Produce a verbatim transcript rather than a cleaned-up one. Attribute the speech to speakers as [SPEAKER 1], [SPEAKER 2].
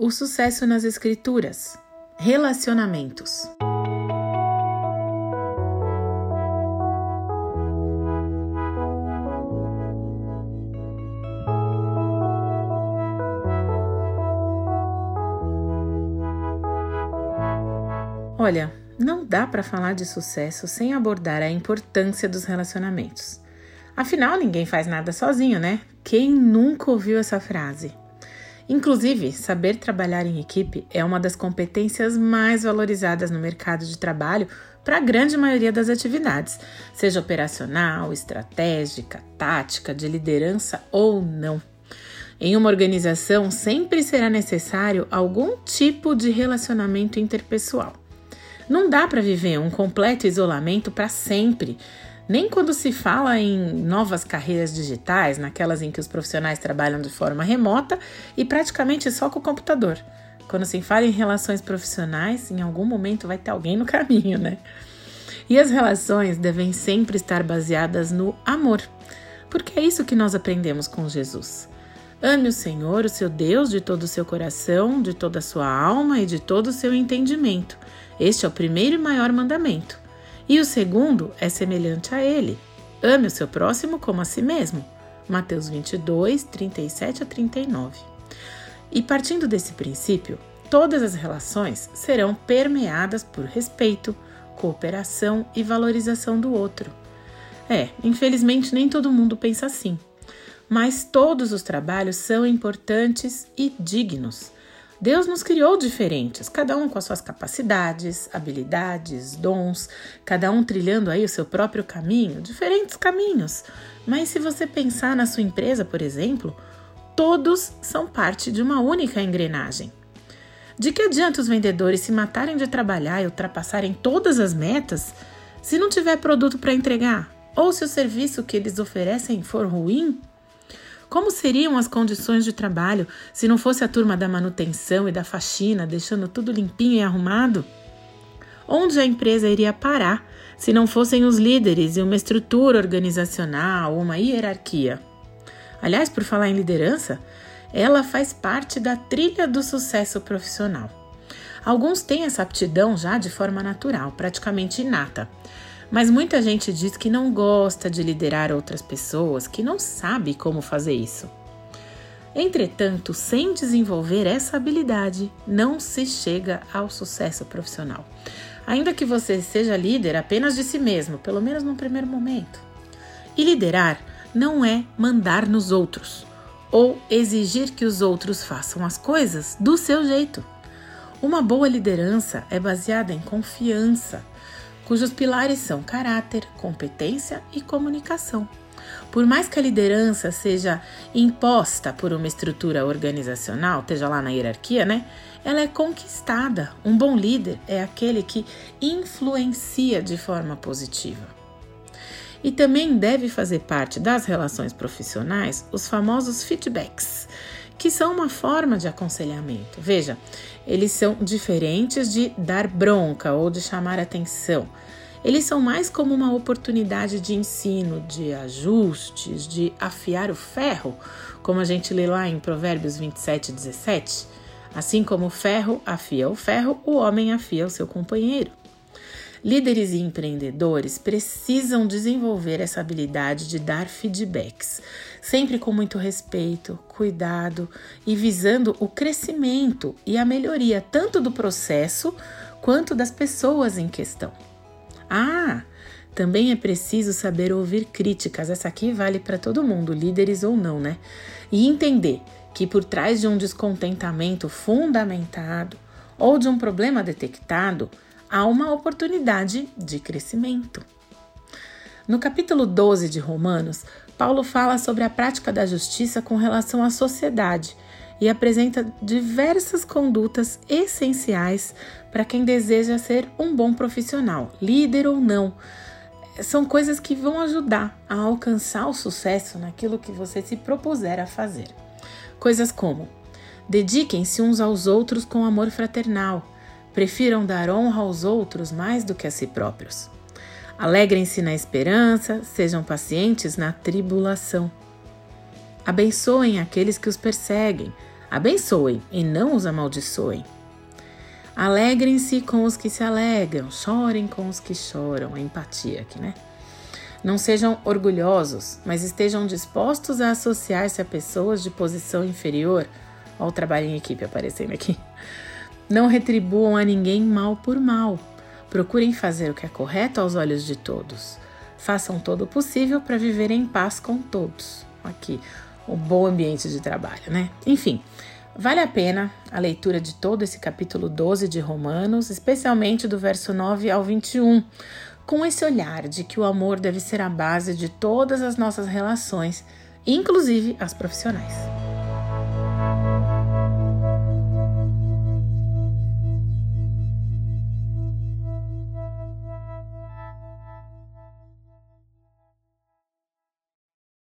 [SPEAKER 1] O sucesso nas escrituras. Relacionamentos. Olha, não dá para falar de sucesso sem abordar a importância dos relacionamentos. Afinal, ninguém faz nada sozinho, né? Quem nunca ouviu essa frase? Inclusive, saber trabalhar em equipe é uma das competências mais valorizadas no mercado de trabalho para a grande maioria das atividades, seja operacional, estratégica, tática, de liderança ou não. Em uma organização, sempre será necessário algum tipo de relacionamento interpessoal. Não dá para viver um completo isolamento para sempre, nem quando se fala em novas carreiras digitais, naquelas em que os profissionais trabalham de forma remota e praticamente só com o computador. Quando se fala em relações profissionais, em algum momento vai ter alguém no caminho, né? E as relações devem sempre estar baseadas no amor, porque é isso que nós aprendemos com Jesus. Ame o Senhor, o seu Deus, de todo o seu coração, de toda a sua alma e de todo o seu entendimento. Este é o primeiro e maior mandamento. E o segundo é semelhante a ele. Ame o seu próximo como a si mesmo. Mateus vinte e dois, trinta e sete a trinta e nove. E partindo desse princípio, todas as relações serão permeadas por respeito, cooperação e valorização do outro. É, infelizmente nem todo mundo pensa assim. Mas todos os trabalhos são importantes e dignos. Deus nos criou diferentes, cada um com as suas capacidades, habilidades, dons, cada um trilhando aí o seu próprio caminho, diferentes caminhos. Mas se você pensar na sua empresa, por exemplo, todos são parte de uma única engrenagem. De que adianta os vendedores se matarem de trabalhar e ultrapassarem todas as metas se não tiver produto para entregar? Ou se o serviço que eles oferecem for ruim? Como seriam as condições de trabalho se não fosse a turma da manutenção e da faxina, deixando tudo limpinho e arrumado? Onde a empresa iria parar se não fossem os líderes e uma estrutura organizacional, uma hierarquia? Aliás, por falar em liderança, ela faz parte da trilha do sucesso profissional. Alguns têm essa aptidão já de forma natural, praticamente inata. Mas muita gente diz que não gosta de liderar outras pessoas, que não sabe como fazer isso. Entretanto, sem desenvolver essa habilidade, não se chega ao sucesso profissional. Ainda que você seja líder apenas de si mesmo, pelo menos no primeiro momento. E liderar não é mandar nos outros, ou exigir que os outros façam as coisas do seu jeito. Uma boa liderança é baseada em confiança, cujos pilares são caráter, competência e comunicação. Por mais que a liderança seja imposta por uma estrutura organizacional, esteja lá na hierarquia, né? Ela é conquistada. Um bom líder é aquele que influencia de forma positiva. E também deve fazer parte das relações profissionais os famosos feedbacks, que são uma forma de aconselhamento. Veja, eles são diferentes de dar bronca ou de chamar atenção. Eles são mais como uma oportunidade de ensino, de ajustes, de afiar o ferro, como a gente lê lá em Provérbios vinte e sete, dezessete. Assim como o ferro afia o ferro, o homem afia o seu companheiro. Líderes e empreendedores precisam desenvolver essa habilidade de dar feedbacks, sempre com muito respeito, cuidado e visando o crescimento e a melhoria tanto do processo quanto das pessoas em questão. Ah, também é preciso saber ouvir críticas, essa aqui vale para todo mundo, líderes ou não, né? E entender que por trás de um descontentamento fundamentado ou de um problema detectado, há uma oportunidade de crescimento. No capítulo doze de Romanos, Paulo fala sobre a prática da justiça com relação à sociedade e apresenta diversas condutas essenciais para quem deseja ser um bom profissional, líder ou não. São coisas que vão ajudar a alcançar o sucesso naquilo que você se propuser a fazer. Coisas como: dediquem-se uns aos outros com amor fraternal, prefiram dar honra aos outros mais do que a si próprios. Alegrem-se na esperança, sejam pacientes na tribulação. Abençoem aqueles que os perseguem, Abençoem e não os amaldiçoem. Alegrem-se com os que se alegram, chorem com os que choram. A empatia aqui, né? Não sejam orgulhosos, mas estejam dispostos a associar-se a pessoas de posição inferior. Olha o trabalho em equipe aparecendo aqui. Não retribuam a ninguém mal por mal. Procurem fazer o que é correto aos olhos de todos. Façam todo o possível para viver em paz com todos. Aqui, um bom ambiente de trabalho, né? Enfim, vale a pena a leitura de todo esse capítulo doze de Romanos, especialmente do verso nove ao vinte e um, com esse olhar de que o amor deve ser a base de todas as nossas relações, inclusive as profissionais.